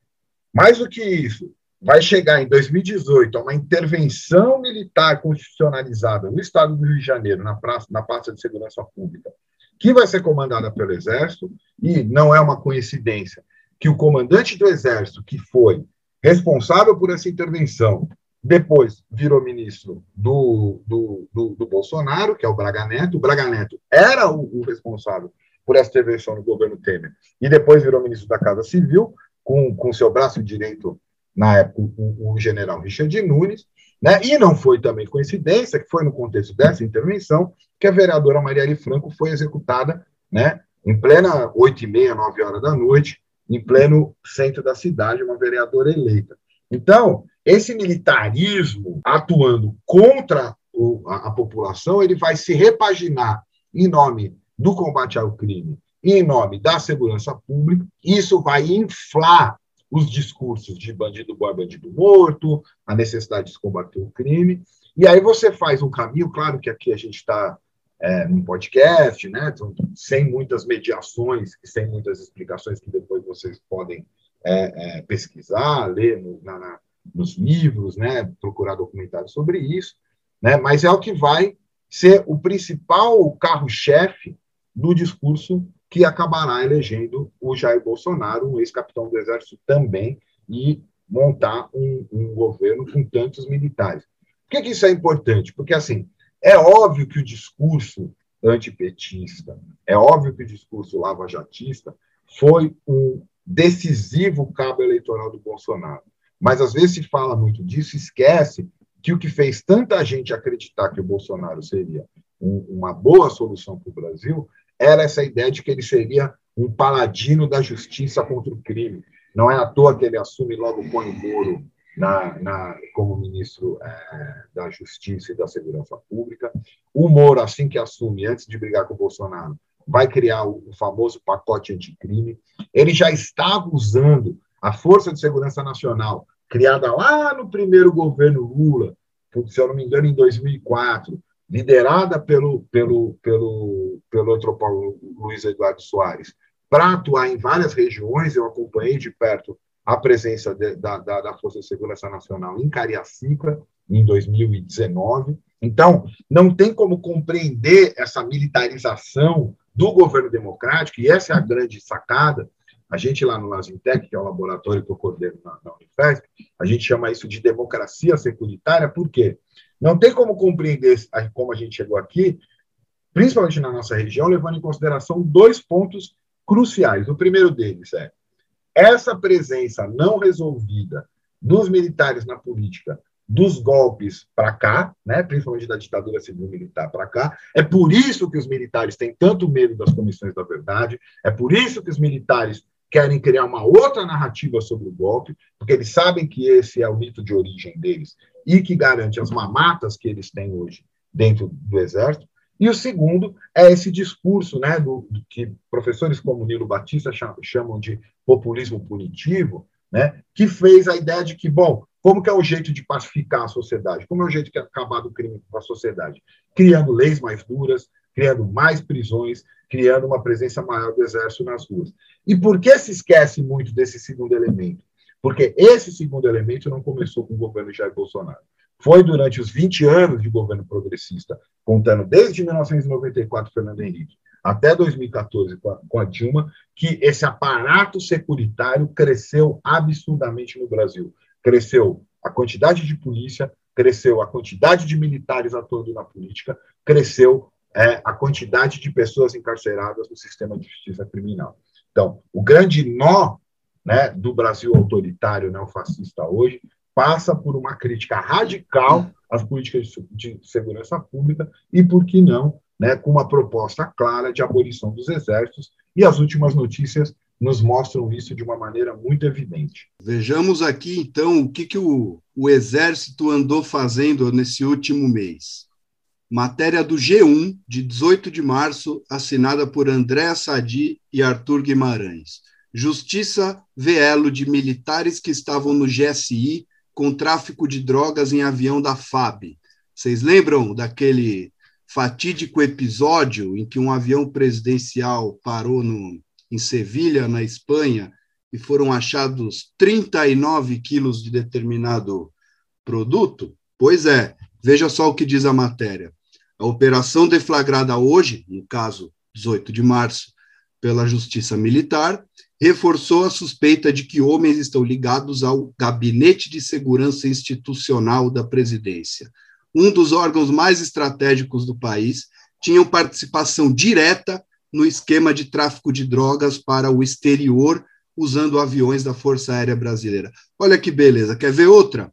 [SPEAKER 6] Mais do que isso, vai chegar em 2018 a uma intervenção militar constitucionalizada no estado do Rio de Janeiro, na pasta de segurança pública, que vai ser comandada pelo Exército, e não é uma coincidência que o comandante do Exército, que foi responsável por essa intervenção, depois virou ministro do Bolsonaro, que é o Braga Neto. O Braga Neto era o responsável por essa intervenção no governo Temer, e depois virou ministro da Casa Civil, com seu braço direito, na época, o general Richard Nunes, né? E não foi também coincidência que foi no contexto dessa intervenção que a vereadora Marielle Franco foi executada, né, em plena 8h30, 9 horas da noite, em pleno centro da cidade, uma vereadora eleita. Então, esse militarismo atuando contra a população, ele vai se repaginar em nome do combate ao crime e em nome da segurança pública. Isso vai inflar os discursos de bandido bom é bandido morto, a necessidade de combater o crime. E aí você faz um caminho, claro que aqui a gente está num podcast, né, então, sem muitas mediações, sem muitas explicações que depois vocês podem pesquisar, ler nos livros, né, procurar documentários sobre isso, né, mas é o que vai ser o principal carro-chefe do discurso que acabará elegendo o Jair Bolsonaro, um ex-capitão do Exército também, e montar um governo com tantos militares. Por que isso é importante? Porque, assim, é óbvio que o discurso antipetista, é óbvio que o discurso lavajatista foi um decisivo cabo eleitoral do Bolsonaro. Mas, às vezes, se fala muito disso, esquece que o que fez tanta gente acreditar que o Bolsonaro seria uma boa solução para o Brasil era essa ideia de que ele seria um paladino da justiça contra o crime. Não é à toa que ele assume e logo põe o Moro como ministro da Justiça e da Segurança Pública. O Moro, assim que assume, antes de brigar com o Bolsonaro, vai criar o famoso pacote anticrime. Ele já estava usando a Força de Segurança Nacional, criada lá no primeiro governo Lula, se eu não me engano, em 2004, liderada pelo antropólogo Luiz Eduardo Soares, para atuar em várias regiões. Eu acompanhei de perto a presença da Força de Segurança Nacional em Cariacica, em 2019. Então, não tem como compreender essa militarização do governo democrático, e essa é a grande sacada. A gente lá no Lasintec, que é o laboratório que eu coordeno na Unifesp, a gente chama isso de democracia securitária. Por quê? Não tem como compreender como a gente chegou aqui, principalmente na nossa região, levando em consideração 2 pontos cruciais. O primeiro deles é essa presença não resolvida dos militares na política, dos golpes para cá, né, principalmente da ditadura civil-militar para cá. É por isso que os militares têm tanto medo das comissões da verdade, é por isso que os militares querem criar uma outra narrativa sobre o golpe, porque eles sabem que esse é o mito de origem deles e que garante as mamatas que eles têm hoje dentro do Exército. E o segundo é esse discurso, né, do que professores como Nilo Batista chamam de populismo punitivo, né, que fez a ideia de que, bom, como que é o jeito de pacificar a sociedade? Como é o jeito de acabar do crime com a sociedade? Criando leis mais duras, criando mais prisões, criando uma presença maior do Exército nas ruas. E por que se esquece muito desse segundo elemento? Porque esse segundo elemento não começou com o governo Jair Bolsonaro. Foi durante os 20 anos de governo progressista, contando desde 1994, Fernando Henrique, até 2014, com a Dilma, que esse aparato securitário cresceu absurdamente no Brasil. Cresceu a quantidade de polícia, cresceu a quantidade de militares atuando na política, cresceu a quantidade de pessoas encarceradas no sistema de justiça criminal. Então, o grande nó, né, do Brasil autoritário neofascista hoje passa por uma crítica radical às políticas de segurança pública e, por que não, né, com uma proposta clara de abolição dos exércitos, e as últimas notícias nos mostram isso de uma maneira muito evidente.
[SPEAKER 1] Vejamos aqui, então, o que o Exército andou fazendo nesse último mês. Matéria do G1, de 18 de março, assinada por Andréa Sadi e Arthur Guimarães. Justiça vê elo de militares que estavam no GSI com tráfico de drogas em avião da FAB. Vocês lembram daquele fatídico episódio em que um avião presidencial parou em Sevilha, na Espanha, e foram achados 39 quilos de determinado produto? Pois é, veja só o que diz a matéria. A operação deflagrada hoje, no caso 18 de março, pela Justiça Militar, reforçou a suspeita de que homens estão ligados ao Gabinete de Segurança Institucional da Presidência, um dos órgãos mais estratégicos do país, tinham participação direta no esquema de tráfico de drogas para o exterior, usando aviões da Força Aérea Brasileira. Olha que beleza. Quer ver outra?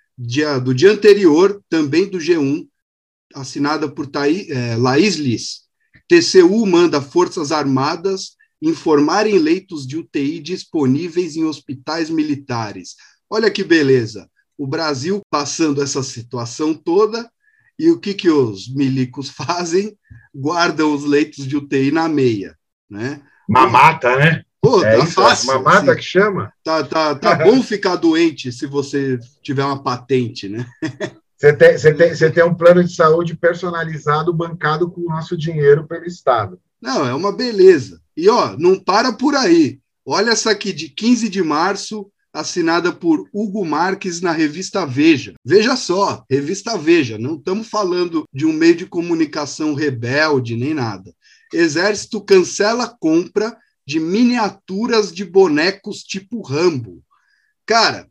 [SPEAKER 1] Do dia anterior, também do G1, assinada por Laís Liz. TCU manda Forças Armadas informarem leitos de UTI disponíveis em hospitais militares. Olha que beleza. O Brasil passando essa situação toda, e o que os milicos fazem? Guardam os leitos de UTI na meia, né?
[SPEAKER 6] Mamata, né?
[SPEAKER 1] Pô, tá
[SPEAKER 6] isso,
[SPEAKER 1] fácil.
[SPEAKER 6] Mamata
[SPEAKER 1] assim.
[SPEAKER 6] Que chama?
[SPEAKER 1] Tá bom ficar doente se você tiver uma patente, né?
[SPEAKER 6] Você tem um plano de saúde personalizado, bancado com o nosso dinheiro pelo Estado.
[SPEAKER 1] Não, é uma beleza. E, não para por aí. Olha essa aqui, de 15 de março, assinada por Hugo Marques na revista Veja. Veja só, revista Veja, não estamos falando de um meio de comunicação rebelde nem nada. Exército cancela a compra de miniaturas de bonecos tipo Rambo. Cara,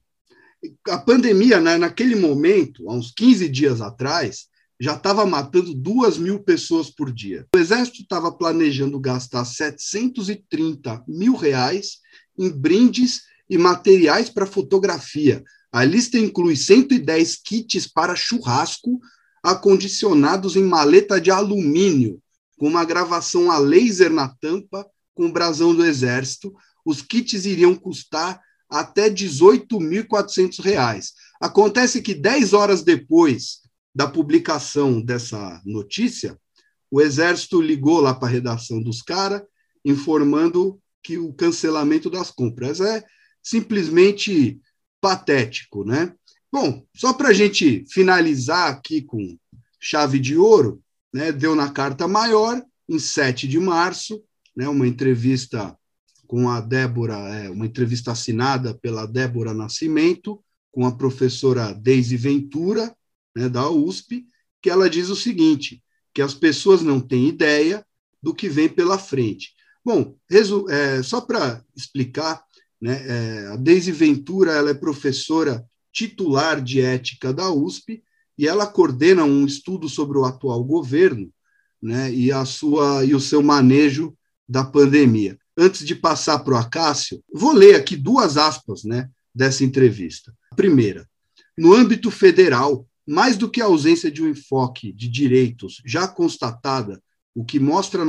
[SPEAKER 1] a pandemia, né, naquele momento, há uns 15 dias atrás, já estava matando 2.000 pessoas por dia. O Exército estava planejando gastar R$730 mil em brindes e materiais para fotografia. A lista inclui 110 kits para churrasco, acondicionados em maleta de alumínio, com uma gravação a laser na tampa, com o brasão do Exército. Os kits iriam custar até R$18.400. Acontece que 10 horas depois da publicação dessa notícia, o Exército ligou lá para a redação dos caras, informando que o cancelamento das compras é simplesmente patético, né? Bom, só para a gente finalizar aqui com chave de ouro, né, deu na carta maior, em 7 de março, né, uma entrevista com a Débora, uma entrevista assinada pela Débora Nascimento, com a professora Deise Ventura, né, da USP, que ela diz o seguinte, que as pessoas não têm ideia do que vem pela frente. Bom, só para explicar, né, a Deise Ventura ela é professora titular de ética da USP e ela coordena um estudo sobre o atual governo, né, e o seu manejo da pandemia. Antes de passar para o Acácio, vou ler aqui 2 aspas, né, dessa entrevista. A primeira, no âmbito federal, mais do que a ausência de um enfoque de direitos já constatada, o que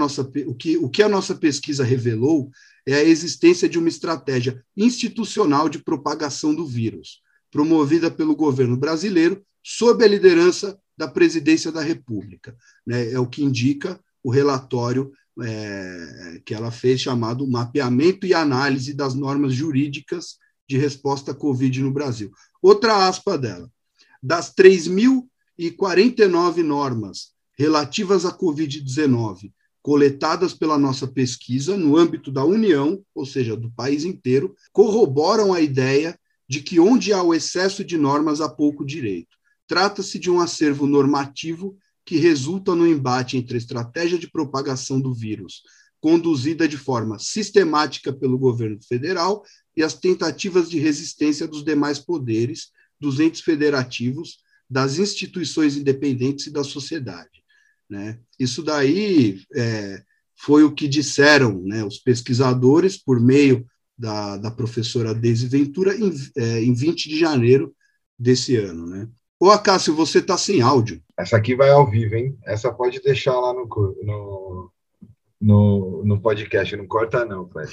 [SPEAKER 1] a nossa pesquisa revelou é a existência de uma estratégia institucional de propagação do vírus, promovida pelo governo brasileiro sob a liderança da Presidência da República. Né? É o que indica o relatório que ela fez, chamado Mapeamento e Análise das Normas Jurídicas de Resposta à Covid no Brasil. Outra aspa dela. Das 3.049 normas relativas à Covid-19 coletadas pela nossa pesquisa no âmbito da União, ou seja, do país inteiro, corroboram a ideia de que onde há o excesso de normas há pouco direito. Trata-se de um acervo normativo que resulta no embate entre a estratégia de propagação do vírus, conduzida de forma sistemática pelo governo federal, e as tentativas de resistência dos demais poderes, dos entes federativos, das instituições independentes e da sociedade. Né? Isso daí foi o que disseram, né, os pesquisadores, por meio da professora Deise Ventura, em 20 de janeiro desse ano. Né? Ô, Acácio, você está sem áudio.
[SPEAKER 6] Essa aqui vai ao vivo, hein? Essa pode deixar lá no podcast, não corta não, Flash.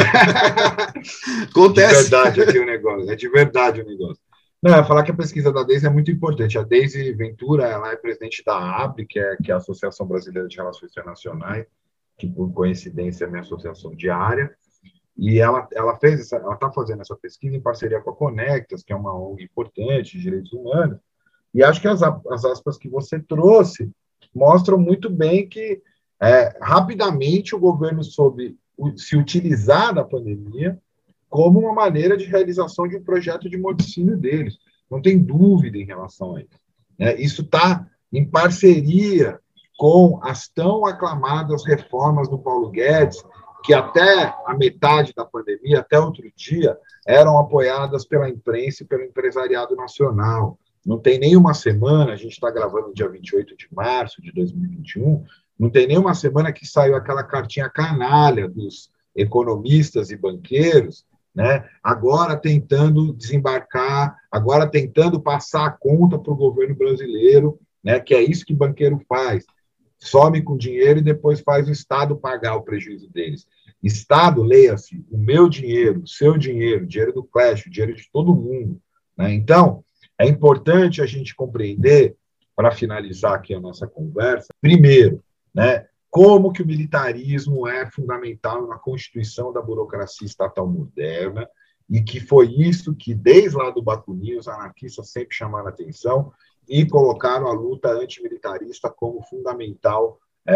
[SPEAKER 1] Acontece.
[SPEAKER 6] De verdade aqui o negócio, é de verdade o negócio. Não, eu falar que a pesquisa da Deise é muito importante. A Deise Ventura, ela é presidente da ABRE, que é a Associação Brasileira de Relações Internacionais, que por coincidência é minha associação diária, e ela está fazendo essa pesquisa em parceria com a Conectas, que é uma ONG importante de direitos humanos, e acho que as aspas que você trouxe mostram muito bem que rapidamente o governo soube se utilizar da pandemia como uma maneira de realização de um projeto de morticínio deles. Não tem dúvida em relação a isso. Isso está em parceria com as tão aclamadas reformas do Paulo Guedes, que até a metade da pandemia, até outro dia, eram apoiadas pela imprensa e pelo empresariado nacional. Não tem nenhuma semana, a gente está gravando no dia 28 de março de 2021, não tem nenhuma semana que saiu aquela cartinha canalha dos economistas e banqueiros, né, agora tentando desembarcar, agora tentando passar a conta para o governo brasileiro, né, que é isso que banqueiro faz, some com dinheiro e depois faz o Estado pagar o prejuízo deles. Estado, leia-se, o meu dinheiro, o seu dinheiro, o dinheiro do Clash, o dinheiro de todo mundo. Né? Então, é importante a gente compreender, para finalizar aqui a nossa conversa, primeiro, né, como que o militarismo é fundamental na constituição da burocracia estatal moderna, e que foi isso que, desde lá do Bakunin, os anarquistas sempre chamaram a atenção e colocaram a luta antimilitarista como fundamental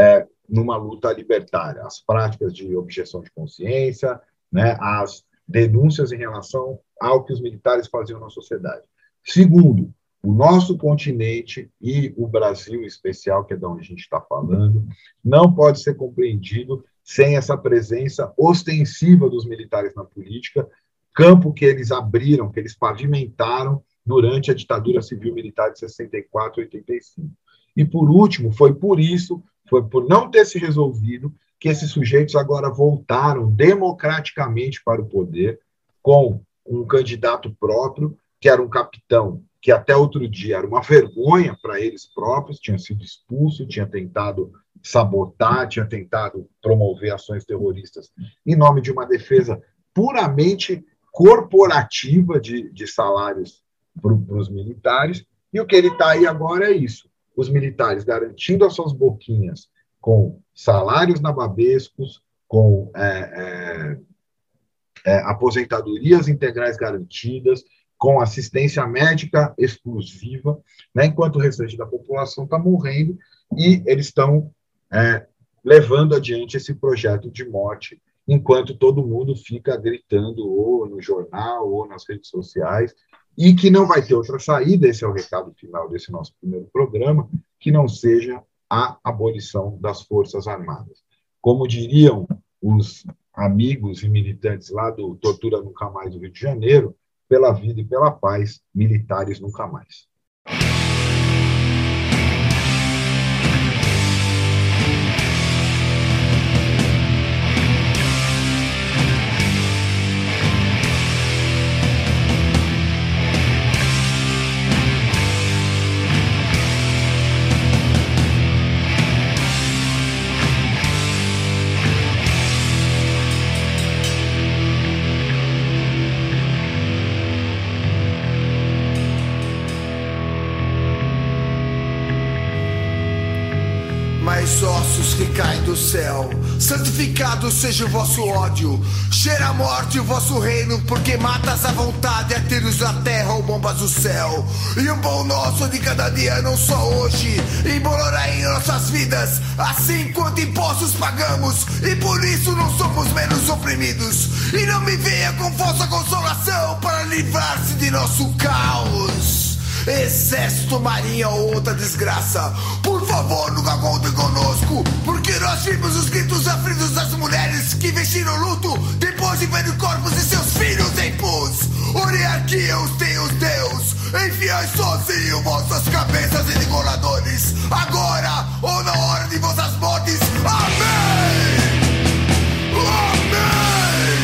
[SPEAKER 6] numa luta libertária. As práticas de objeção de consciência, né, as denúncias em relação ao que os militares faziam na sociedade. Segundo, o nosso continente e o Brasil em especial, que é de onde a gente está falando, não pode ser compreendido sem essa presença ostensiva dos militares na política, campo que eles abriram, que eles pavimentaram durante a ditadura civil-militar de 64 e 85. E, por último, foi por não ter se resolvido, que esses sujeitos agora voltaram democraticamente para o poder, com um candidato próprio, que era um capitão, que até outro dia era uma vergonha para eles próprios, tinha sido expulso, tinha tentado sabotar, tinha tentado promover ações terroristas em nome de uma defesa puramente corporativa de salários para os militares, e o que ele está aí agora é isso, os militares garantindo as suas boquinhas com salários nababescos, com aposentadorias integrais garantidas, com assistência médica exclusiva, né, enquanto o restante da população está morrendo, e eles estão levando adiante esse projeto de morte, enquanto todo mundo fica gritando ou no jornal ou nas redes sociais, e que não vai ter outra saída, esse é o recado final desse nosso primeiro programa, que não seja a abolição das Forças Armadas. Como diriam os amigos e militantes lá do Tortura Nunca Mais do Rio de Janeiro, pela vida e pela paz, militares nunca mais.
[SPEAKER 7] Ossos que caem do céu, santificado seja o vosso ódio, cheira a morte o vosso reino, porque matas à vontade a tiros da terra ou bombas do céu. E o pão nosso de cada dia, não só hoje, embolorá em nossas vidas, assim quanto impostos pagamos, e por isso não somos menos oprimidos. E não me venha com falsa consolação para livrar-se de nosso caos. Exército, marinha ou outra desgraça, por favor, nunca contem conosco, porque nós vimos os gritos aflitos das mulheres que vestiram luto depois de ver corpos de seus filhos em pus. Oriarquia os tem os Deus, enfiai sozinho vossas cabeças em degoladores, agora ou na hora de vossas mortes. Amém! Amém!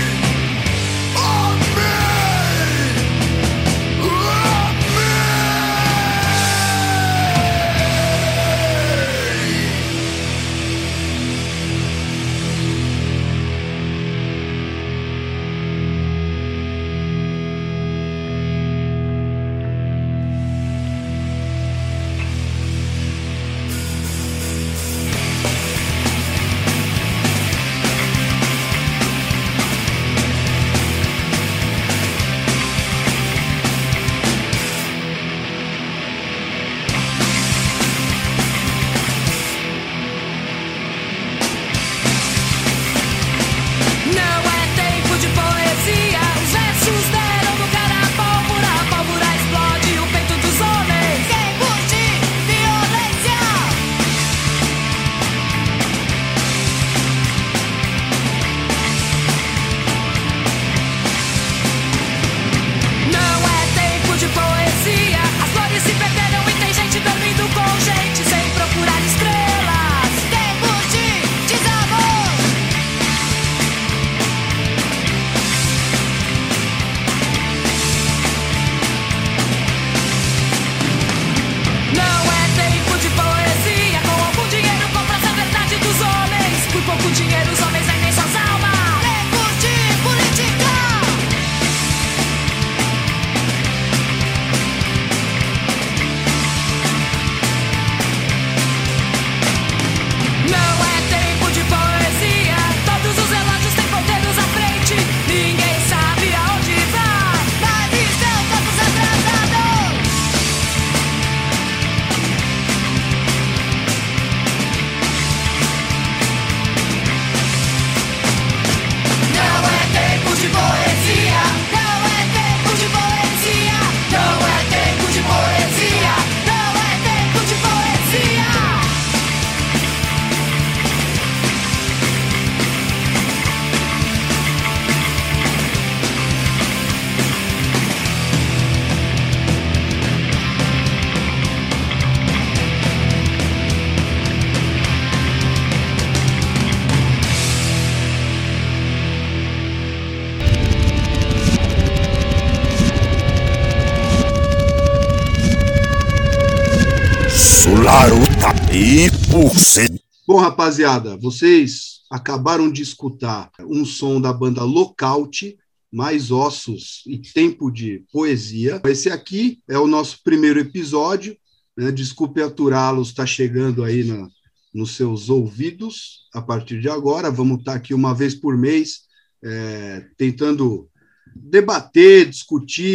[SPEAKER 1] Bom, rapaziada, vocês acabaram de escutar um som da banda Lockout, Mais Ossos e Tempo de Poesia. Esse aqui é o nosso primeiro episódio, né? Desculpe aturá-los, está chegando aí nos seus ouvidos a partir de agora. Vamos estar aqui uma vez por mês tentando debater, discutir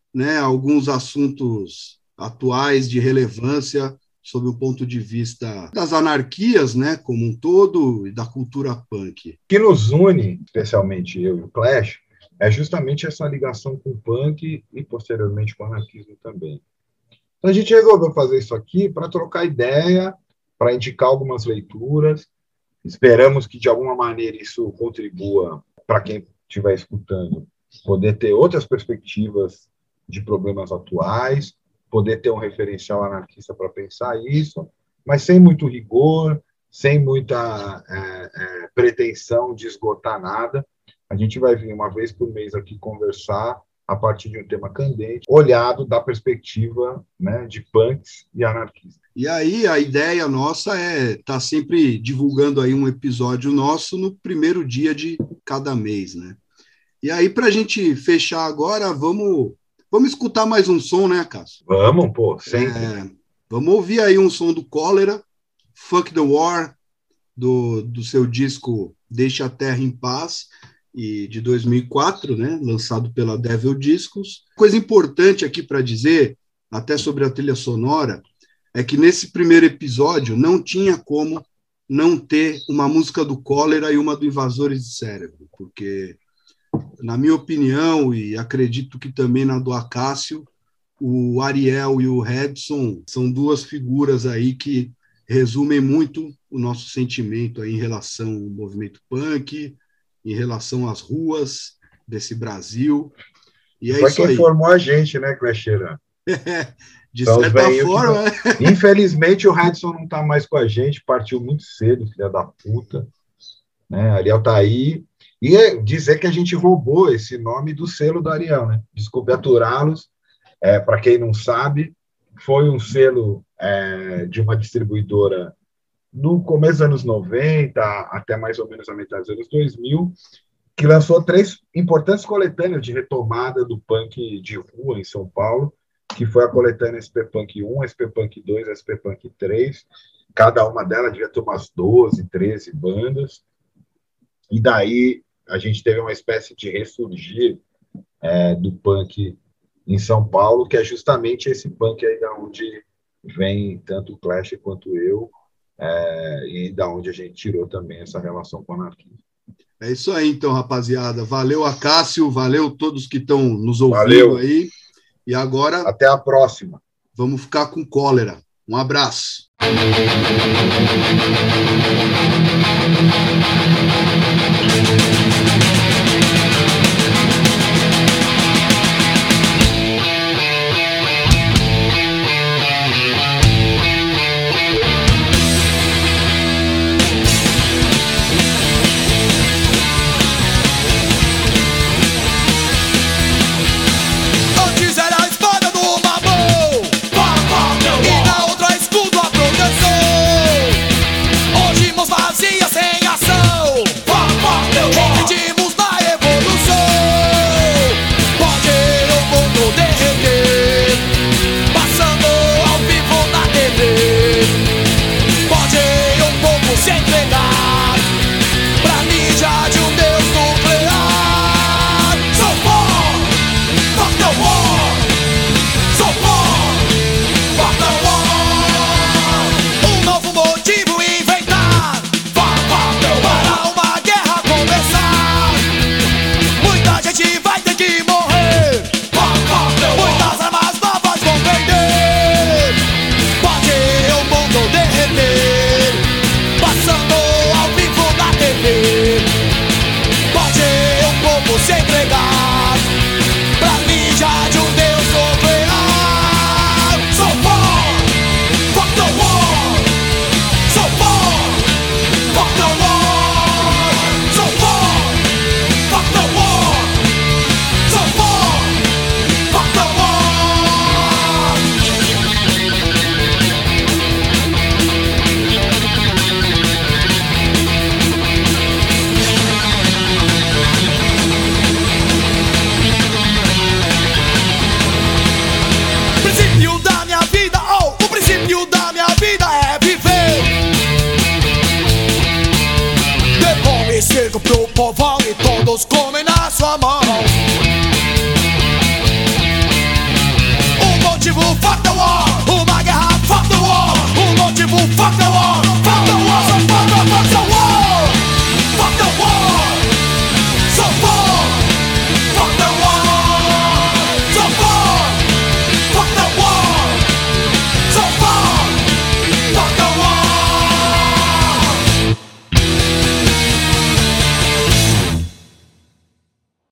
[SPEAKER 1] né, alguns assuntos atuais de relevância sob o ponto de vista das anarquias, né, como um todo, e da cultura punk.
[SPEAKER 6] O que nos une, especialmente eu e o Clash, é justamente essa ligação com o punk e, posteriormente, com o anarquismo também. Então, a gente resolveu fazer isso aqui para trocar ideia, para indicar algumas leituras. Esperamos que, de alguma maneira, isso contribua para quem estiver escutando, poder ter outras perspectivas de problemas atuais, poder ter um referencial anarquista para pensar isso, mas sem muito rigor, sem muita pretensão de esgotar nada. A gente vai vir uma vez por mês aqui conversar a partir de um tema candente, olhado da perspectiva, né, de punks e anarquistas.
[SPEAKER 1] E aí a ideia nossa é estar sempre divulgando aí um episódio nosso no primeiro dia de cada mês, né? E aí, para a gente fechar agora, vamos escutar mais um som, né, Cássio?
[SPEAKER 6] Vamos, pô, sempre.
[SPEAKER 1] Vamos ouvir aí um som do Cólera, Fuck the War, do seu disco Deixa a Terra em Paz, e de 2004, né, lançado pela Devil Discos. Coisa importante aqui para dizer, até sobre a trilha sonora, é que nesse primeiro episódio não tinha como não ter uma música do Cólera e uma do Invasores de Cérebro, porque, na minha opinião, e acredito que também na do Acácio, o Ariel e o Redson são duas figuras aí que resumem muito o nosso sentimento aí em relação ao movimento punk, em relação às ruas desse Brasil. E
[SPEAKER 6] foi quem formou a gente, né, Clasheira?
[SPEAKER 1] De certa forma.
[SPEAKER 6] Infelizmente, o Redson não está mais com a gente, partiu muito cedo, filha da puta. Né? Ariel tá aí. E dizer que a gente roubou esse nome do selo do Ariel, né? Desculpe aturá-los. Para quem não sabe, foi um selo de uma distribuidora no começo dos anos 90, até mais ou menos a metade dos anos 2000, que lançou 3 importantes coletâneas de retomada do punk de rua em São Paulo, que foi a coletânea SP Punk 1, SP Punk 2, SP Punk 3. Cada uma delas devia ter umas 12, 13 bandas. E daí a gente teve uma espécie de ressurgir do punk em São Paulo, que é justamente esse punk aí da onde vem tanto o Clash quanto eu, e da onde a gente tirou também essa relação com a anarquia.
[SPEAKER 1] É isso aí, então, rapaziada. Valeu, Acácio, valeu todos que estão nos ouvindo.
[SPEAKER 6] Valeu.
[SPEAKER 1] Aí. E agora...
[SPEAKER 6] Até a próxima.
[SPEAKER 1] Vamos ficar com Cólera. Um abraço.
[SPEAKER 7] Pro povão e todos